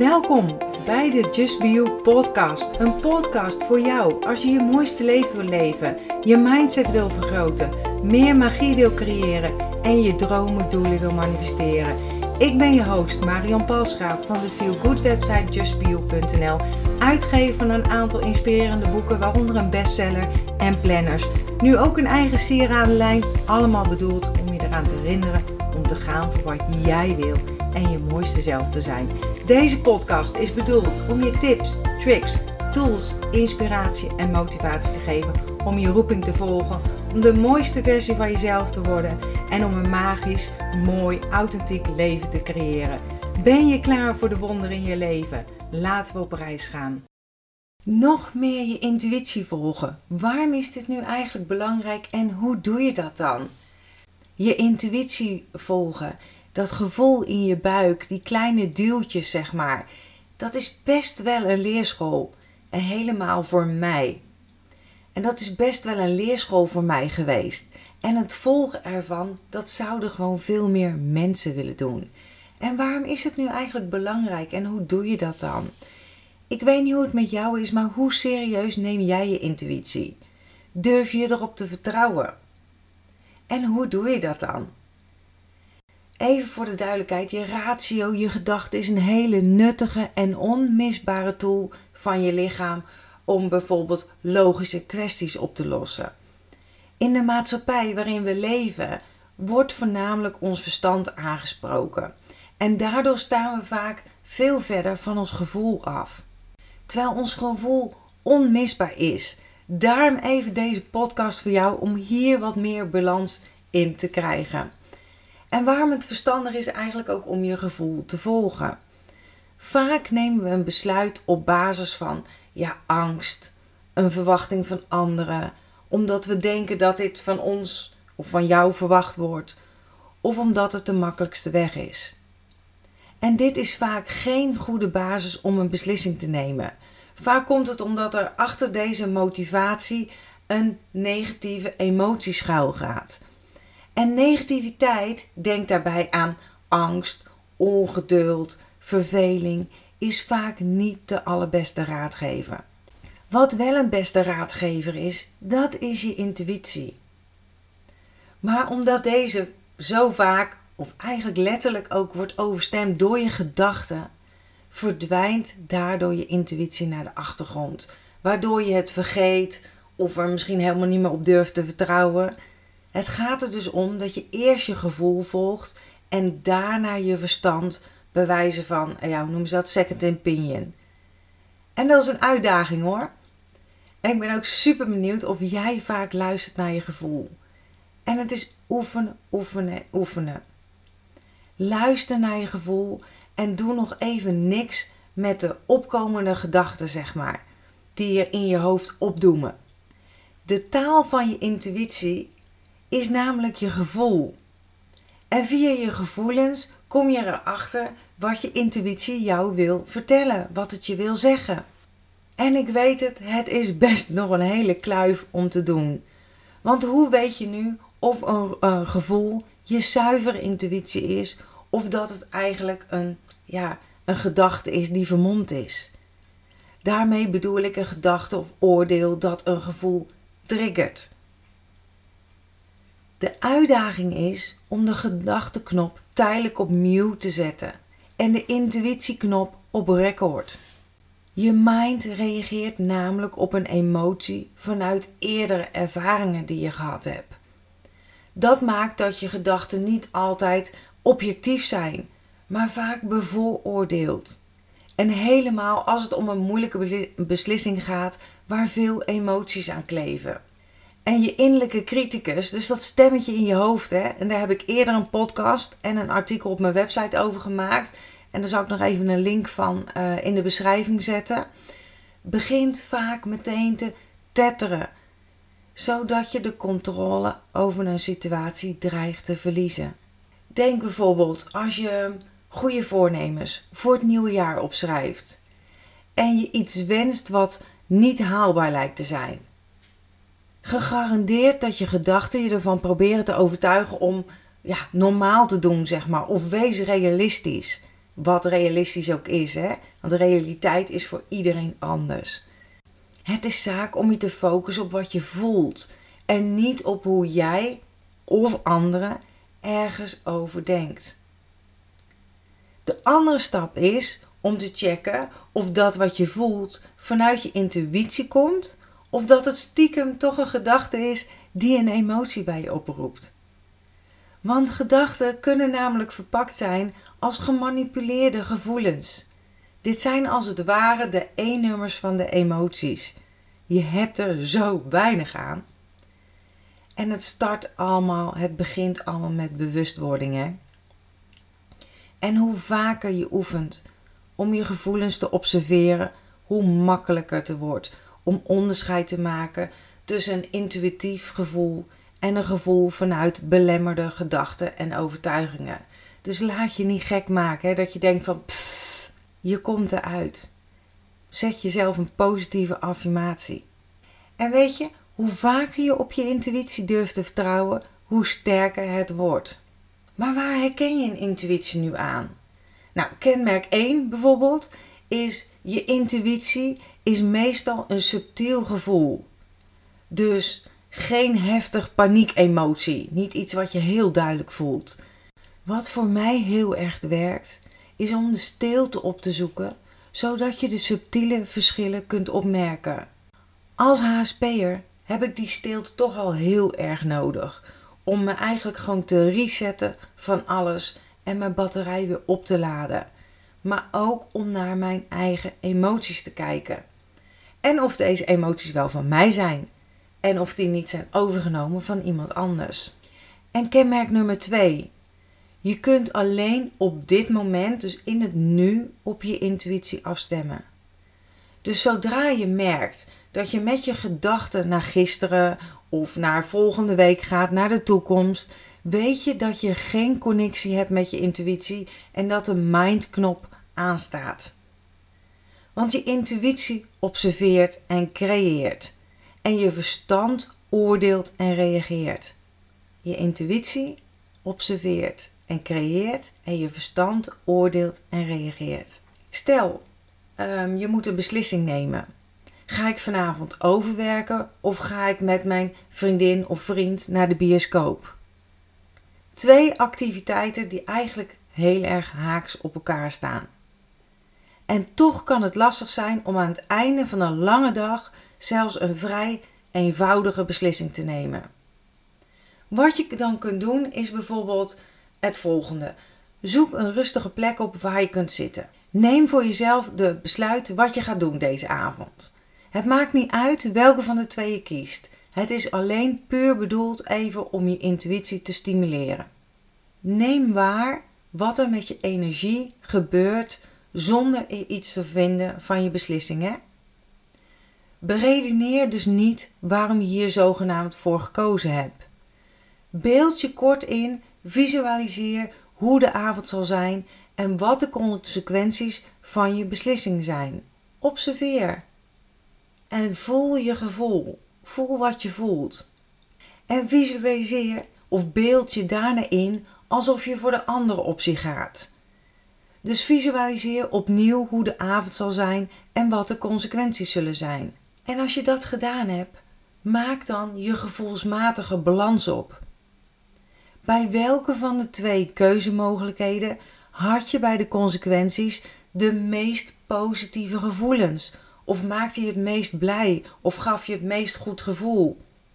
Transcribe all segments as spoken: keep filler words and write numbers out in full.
Welkom bij de Just Be You podcast. Een podcast voor jou als je je mooiste leven wil leven, je mindset wil vergroten, meer magie wil creëren en je dromen, doelen wil manifesteren. Ik ben je host Marion Palsgraaf van de Feel Good website just be you punt n l, uitgever van een aantal inspirerende boeken, waaronder een bestseller en planners. Nu ook een eigen sieradenlijn, allemaal bedoeld om je eraan te herinneren om te gaan voor wat jij wil en je mooiste zelf te zijn. Deze podcast is bedoeld om je tips, tricks, tools, inspiratie en motivatie te geven om je roeping te volgen, om de mooiste versie van jezelf te worden en om een magisch, mooi, authentiek leven te creëren. Ben je klaar voor de wonderen in je leven? Laten we op reis gaan. Nog meer je intuïtie volgen. Waarom is dit nu eigenlijk belangrijk en hoe doe je dat dan? Je intuïtie volgen, dat gevoel in je buik, die kleine duwtjes zeg maar, dat is best wel een leerschool. En helemaal voor mij. En dat is best wel een leerschool voor mij geweest. En het volgen ervan, dat zouden gewoon veel meer mensen willen doen. En waarom is het nu eigenlijk belangrijk en hoe doe je dat dan? Ik weet niet hoe het met jou is, maar hoe serieus neem jij je intuïtie? Durf je erop te vertrouwen? En hoe doe je dat dan? Even voor de duidelijkheid, je ratio, je gedachte is een hele nuttige en onmisbare tool van je lichaam om bijvoorbeeld logische kwesties op te lossen. In de maatschappij waarin we leven wordt voornamelijk ons verstand aangesproken. En daardoor staan we vaak veel verder van ons gevoel af. Terwijl ons gevoel onmisbaar is. Daarom even deze podcast voor jou om hier wat meer balans in te krijgen. En waarom het verstandig is eigenlijk ook om je gevoel te volgen. Vaak nemen we een besluit op basis van ja, angst, een verwachting van anderen, omdat we denken dat dit van ons of van jou verwacht wordt, of omdat het de makkelijkste weg is. En dit is vaak geen goede basis om een beslissing te nemen. Vaak komt het omdat er achter deze motivatie een negatieve emotie schuilgaat. En negativiteit, denk daarbij aan angst, ongeduld, verveling, is vaak niet de allerbeste raadgever. Wat wel een beste raadgever is, dat is je intuïtie. Maar omdat deze zo vaak, of eigenlijk letterlijk ook, wordt overstemd door je gedachten, verdwijnt daardoor je intuïtie naar de achtergrond. Waardoor je het vergeet of er misschien helemaal niet meer op durft te vertrouwen. Het gaat er dus om dat je eerst je gevoel volgt en daarna je verstand bewijzen van, ja, hoe noemen ze dat, second opinion. En dat is een uitdaging hoor. En ik ben ook super benieuwd of jij vaak luistert naar je gevoel. En het is oefenen, oefenen, oefenen. Luister naar je gevoel en doe nog even niks met de opkomende gedachten, zeg maar, die er in je hoofd opdoemen. De taal van je intuïtie is namelijk je gevoel. En via je gevoelens kom je erachter wat je intuïtie jou wil vertellen, wat het je wil zeggen. En ik weet het, het is best nog een hele kluif om te doen. Want hoe weet je nu of een, een gevoel je zuivere intuïtie is, of dat het eigenlijk een, ja, een gedachte is die vermomd is? Daarmee bedoel ik een gedachte of oordeel dat een gevoel triggert. De uitdaging is om de gedachteknop tijdelijk op mute te zetten en de intuïtieknop op record. Je mind reageert namelijk op een emotie vanuit eerdere ervaringen die je gehad hebt. Dat maakt dat je gedachten niet altijd objectief zijn, maar vaak bevooroordeeld. En helemaal als het om een moeilijke beslissing gaat waar veel emoties aan kleven. En je innerlijke criticus, dus dat stemmetje in je hoofd, hè, en daar heb ik eerder een podcast en een artikel op mijn website over gemaakt. En daar zal ik nog even een link van uh, in de beschrijving zetten. Begint vaak meteen te tetteren, zodat je de controle over een situatie dreigt te verliezen. Denk bijvoorbeeld als je goede voornemens voor het nieuwe jaar opschrijft en je iets wenst wat niet haalbaar lijkt te zijn. Gegarandeerd dat je gedachten je ervan proberen te overtuigen om ja, normaal te doen, zeg maar, of wees realistisch. wat realistisch ook is, hè? Want de realiteit is voor iedereen anders. Het is zaak om je te focussen op wat je voelt en niet op hoe jij of anderen ergens over denkt. De andere stap is om te checken of dat wat je voelt vanuit je intuïtie komt of dat het stiekem toch een gedachte is die een emotie bij je oproept. Want gedachten kunnen namelijk verpakt zijn als gemanipuleerde gevoelens. Dit zijn als het ware de E-nummers van de emoties. Je hebt er zo weinig aan. En het start allemaal, het begint allemaal met bewustwording, hè? En hoe vaker je oefent om je gevoelens te observeren, hoe makkelijker het wordt om onderscheid te maken tussen een intuïtief gevoel en een gevoel vanuit belemmerde gedachten en overtuigingen. Dus laat je niet gek maken, hè, dat je denkt van, pff, je komt eruit. Zet jezelf een positieve affirmatie. En weet je, hoe vaker je op je intuïtie durft te vertrouwen, hoe sterker het wordt. Maar waar herken je een intuïtie nu aan? Nou, kenmerk één bijvoorbeeld is je intuïtie is meestal een subtiel gevoel. Dus geen heftig paniekemotie, niet iets wat je heel duidelijk voelt. Wat voor mij heel erg werkt, is om de stilte op te zoeken, zodat je de subtiele verschillen kunt opmerken. Als H S P'er heb ik die stilte toch al heel erg nodig, om me eigenlijk gewoon te resetten van alles en mijn batterij weer op te laden. Maar ook om naar mijn eigen emoties te kijken. En of deze emoties wel van mij zijn. En of die niet zijn overgenomen van iemand anders. En kenmerk nummer twee. Je kunt alleen op dit moment, dus in het nu, op je intuïtie afstemmen. Dus zodra je merkt dat je met je gedachten naar gisteren of naar volgende week gaat, naar de toekomst, weet je dat je geen connectie hebt met je intuïtie en dat de mindknop aanstaat. Want je intuïtie observeert en creëert. En je verstand oordeelt en reageert. Je intuïtie observeert en creëert en je verstand oordeelt en reageert. Stel, um, je moet een beslissing nemen. Ga ik vanavond overwerken of ga ik met mijn vriendin of vriend naar de bioscoop? Twee activiteiten die eigenlijk heel erg haaks op elkaar staan. En toch kan het lastig zijn om aan het einde van een lange dag zelfs een vrij eenvoudige beslissing te nemen. Wat je dan kunt doen is bijvoorbeeld het volgende. Zoek een rustige plek op waar je kunt zitten. Neem voor jezelf de besluit wat je gaat doen deze avond. Het maakt niet uit welke van de twee je kiest. Het is alleen puur bedoeld even om je intuïtie te stimuleren. Neem waar wat er met je energie gebeurt zonder iets te vinden van je beslissingen. Beredeneer dus niet waarom je hier zogenaamd voor gekozen hebt. Beeld je kort in, visualiseer hoe de avond zal zijn en wat de consequenties van je beslissing zijn. Observeer. En voel je gevoel. Voel wat je voelt. En visualiseer of beeld je daarna in alsof je voor de andere optie gaat. Dus visualiseer opnieuw hoe de avond zal zijn en wat de consequenties zullen zijn. En als je dat gedaan hebt, maak dan je gevoelsmatige balans op. Bij welke van de twee keuzemogelijkheden had je bij de consequenties de meest positieve gevoelens? Of maakte je het meest blij? Of gaf je het meest goed gevoel?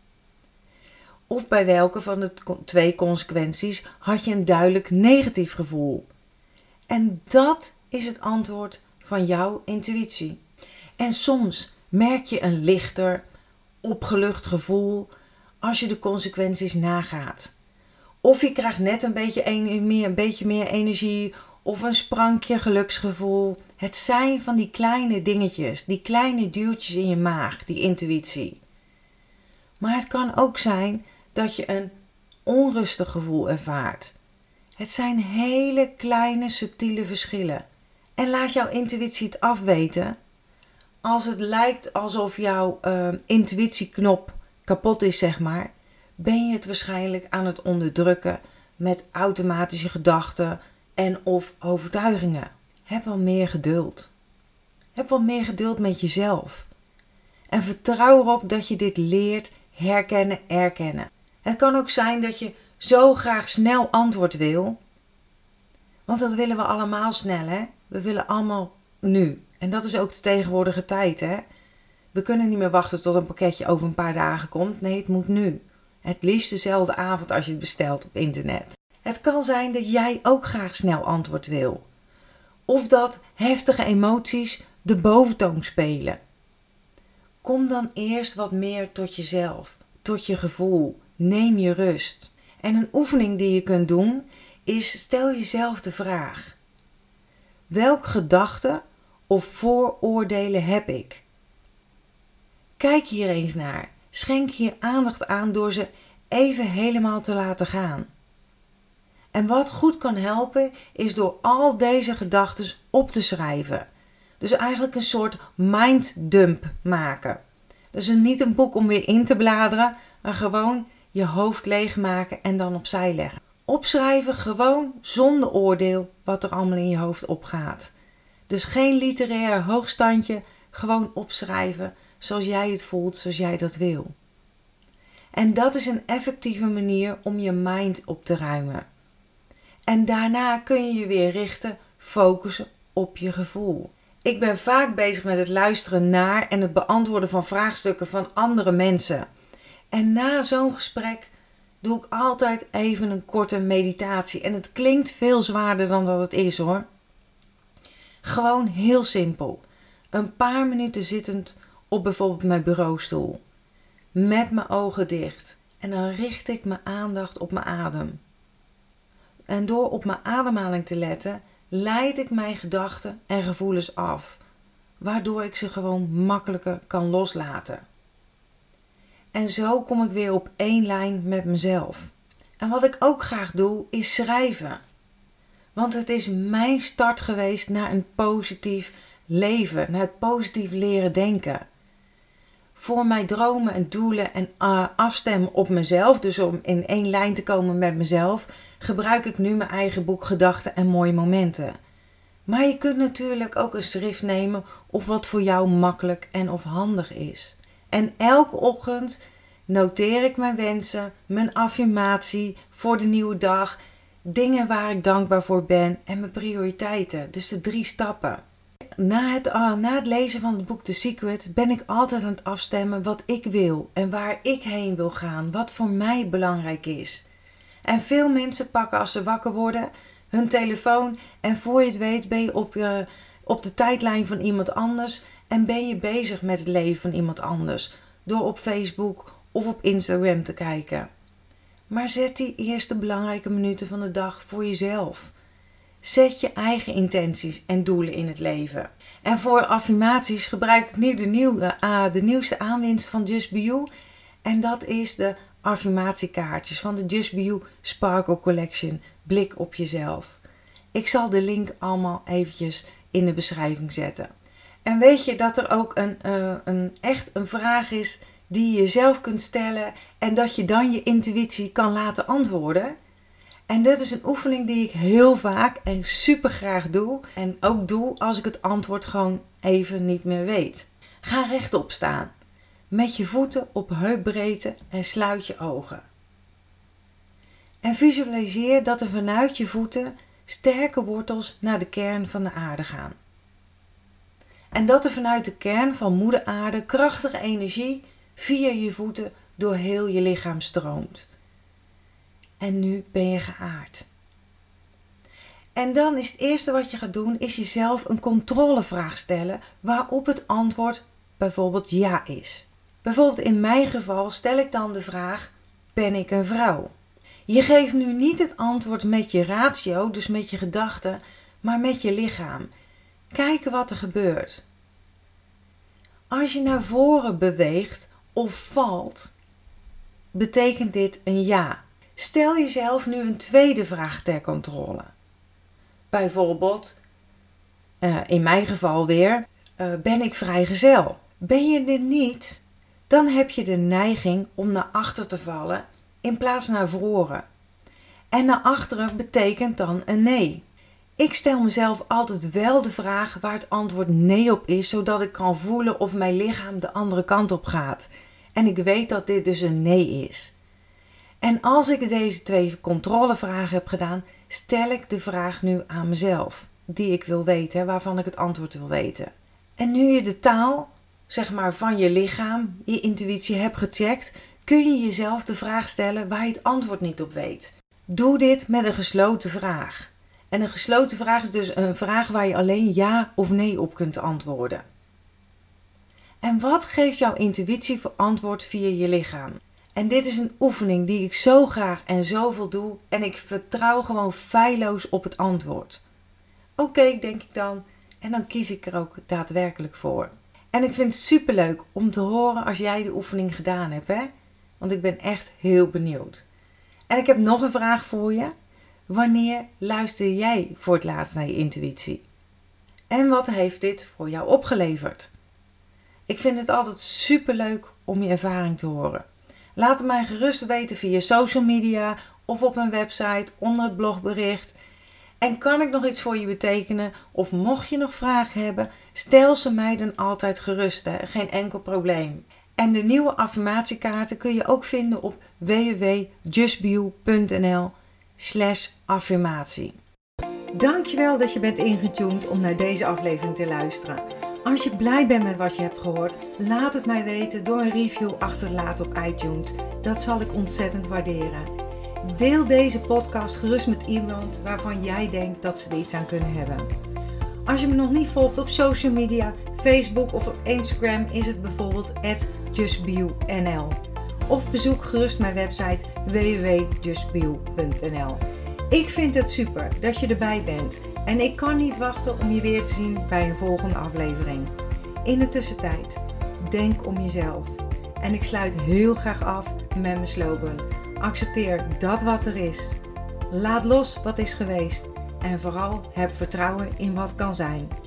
Of bij welke van de twee consequenties had je een duidelijk negatief gevoel? En dat is het antwoord van jouw intuïtie. En soms merk je een lichter, opgelucht gevoel als je de consequenties nagaat. Of je krijgt net een beetje, een, meer, een beetje meer energie of een sprankje geluksgevoel. Het zijn van die kleine dingetjes, die kleine duwtjes in je maag, die intuïtie. Maar het kan ook zijn dat je een onrustig gevoel ervaart. Het zijn hele kleine subtiele verschillen. En laat jouw intuïtie het afweten. Als het lijkt alsof jouw uh, intuïtieknop kapot is, zeg maar, ben je het waarschijnlijk aan het onderdrukken met automatische gedachten en of overtuigingen. heb wat meer geduld. Heb wat meer geduld met jezelf. En vertrouw erop dat je dit leert herkennen, erkennen. Het kan ook zijn dat je zo graag snel antwoord wil. Want dat willen we allemaal snel, hè? We willen allemaal nu. En dat is ook de tegenwoordige tijd, hè? We kunnen niet meer wachten tot een pakketje over een paar dagen komt. Nee, het moet nu. Het liefst dezelfde avond als je het bestelt op internet. Het kan zijn dat jij ook graag snel antwoord wil. Of dat heftige emoties de boventoon spelen. Kom dan eerst wat meer tot jezelf, tot je gevoel. Neem je rust. En een oefening die je kunt doen is: stel jezelf de vraag: welke gedachten of vooroordelen heb ik? Kijk hier eens naar. Schenk hier aandacht aan door ze even helemaal te laten gaan. En wat goed kan helpen is door al deze gedachten op te schrijven. Dus eigenlijk een soort minddump maken. Dus niet een boek om weer in te bladeren, maar gewoon je hoofd leegmaken en dan opzij leggen. Opschrijven gewoon zonder oordeel wat er allemaal in je hoofd opgaat. Dus geen literair hoogstandje, gewoon opschrijven zoals jij het voelt, zoals jij dat wil. En dat is een effectieve manier om je mind op te ruimen. En daarna kun je je weer richten, focussen op je gevoel. Ik ben vaak bezig met het luisteren naar en het beantwoorden van vraagstukken van andere mensen. En na zo'n gesprek doe ik altijd even een korte meditatie. En het klinkt veel zwaarder dan dat het is, hoor. Gewoon heel simpel. Een paar minuten zittend op bijvoorbeeld mijn bureaustoel. Met mijn ogen dicht. En dan richt ik mijn aandacht op mijn adem. En door op mijn ademhaling te letten, leid ik mijn gedachten en gevoelens af. Waardoor ik ze gewoon makkelijker kan loslaten. En zo kom ik weer op één lijn met mezelf. En wat ik ook graag doe, is schrijven. Want het is mijn start geweest naar een positief leven. Naar het positief leren denken. Voor mijn dromen en doelen en uh, afstemmen op mezelf. Dus om in één lijn te komen met mezelf. Gebruik ik nu mijn eigen boek Gedachten en Mooie Momenten. Maar je kunt natuurlijk ook een schrift nemen of wat voor jou makkelijk en of handig is. En elke ochtend noteer ik mijn wensen, mijn affirmatie voor de nieuwe dag, dingen waar ik dankbaar voor ben en mijn prioriteiten. Dus de drie stappen. Na het, uh, na het lezen van het boek The Secret ben ik altijd aan het afstemmen wat ik wil en waar ik heen wil gaan, wat voor mij belangrijk is. En veel mensen pakken als ze wakker worden hun telefoon en voor je het weet ben je op, uh, op de tijdlijn van iemand anders en ben je bezig met het leven van iemand anders door op Facebook of op Instagram te kijken. Maar zet die eerste belangrijke minuten van de dag voor jezelf. Zet je eigen intenties en doelen in het leven. En voor affirmaties gebruik ik nu de, nieuwe, uh, de nieuwste aanwinst van Just Be You. En dat is de affirmatiekaartjes van de Just Be You Sparkle Collection. Blik op jezelf. Ik zal de link allemaal eventjes in de beschrijving zetten. En weet je dat er ook een, uh, een, echt een vraag is die je jezelf kunt stellen en dat je dan je intuïtie kan laten antwoorden? En dit is een oefening die ik heel vaak en super graag doe. En ook doe als ik het antwoord gewoon even niet meer weet. Ga rechtop staan. Met je voeten op heupbreedte en sluit je ogen. En visualiseer dat er vanuit je voeten sterke wortels naar de kern van de aarde gaan. En dat er vanuit de kern van moeder aarde krachtige energie via je voeten door heel je lichaam stroomt. En nu ben je geaard. En dan is het eerste wat je gaat doen, is jezelf een controlevraag stellen waarop het antwoord bijvoorbeeld ja is. Bijvoorbeeld in mijn geval stel ik dan de vraag, ben ik een vrouw? Je geeft nu niet het antwoord met je ratio, dus met je gedachten, maar met je lichaam. Kijken wat er gebeurt. Als je naar voren beweegt of valt, betekent dit een ja. Stel jezelf nu een tweede vraag ter controle. Bijvoorbeeld, uh, in mijn geval weer, uh, ben ik vrijgezel? Ben je dit niet, dan heb je de neiging om naar achter te vallen in plaats naar voren. En naar achteren betekent dan een nee. Ik stel mezelf altijd wel de vraag waar het antwoord nee op is, zodat ik kan voelen of mijn lichaam de andere kant op gaat. En ik weet dat dit dus een nee is. En als ik deze twee controlevragen heb gedaan, stel ik de vraag nu aan mezelf, die ik wil weten, waarvan ik het antwoord wil weten. En nu je de taal, zeg maar, van je lichaam, je intuïtie hebt gecheckt, kun je jezelf de vraag stellen waar je het antwoord niet op weet. Doe dit met een gesloten vraag. En een gesloten vraag is dus een vraag waar je alleen ja of nee op kunt antwoorden. En wat geeft jouw intuïtie voor antwoord via je lichaam? En dit is een oefening die ik zo graag en zoveel doe en ik vertrouw gewoon feilloos op het antwoord. Oké, okay, denk ik dan, en dan kies ik er ook daadwerkelijk voor. En ik vind het superleuk om te horen als jij de oefening gedaan hebt, hè? Want ik ben echt heel benieuwd. En ik heb nog een vraag voor je. Wanneer luister jij voor het laatst naar je intuïtie? En wat heeft dit voor jou opgeleverd? Ik vind het altijd superleuk om je ervaring te horen. Laat het mij gerust weten via social media of op mijn website onder het blogbericht. En kan ik nog iets voor je betekenen? Of mocht je nog vragen hebben, stel ze mij dan altijd gerust. Hè? Geen enkel probleem. En de nieuwe affirmatiekaarten kun je ook vinden op w w w punt justbeyou punt n l slash affirmatie. Dankjewel dat je bent ingetuned om naar deze aflevering te luisteren. Als je blij bent met wat je hebt gehoord, laat het mij weten door een review achter te laten op iTunes. Dat zal ik ontzettend waarderen. Deel deze podcast gerust met iemand waarvan jij denkt dat ze er iets aan kunnen hebben. Als je me nog niet volgt op social media, Facebook of op Instagram is het bijvoorbeeld at justbeyou punt n l. Of bezoek gerust mijn website w w w punt justbeyou punt n l. Ik vind het super dat je erbij bent en ik kan niet wachten om je weer te zien bij een volgende aflevering. In de tussentijd, denk om jezelf. En ik sluit heel graag af met mijn slogan. Accepteer dat wat er is. Laat los wat is geweest. En vooral heb vertrouwen in wat kan zijn.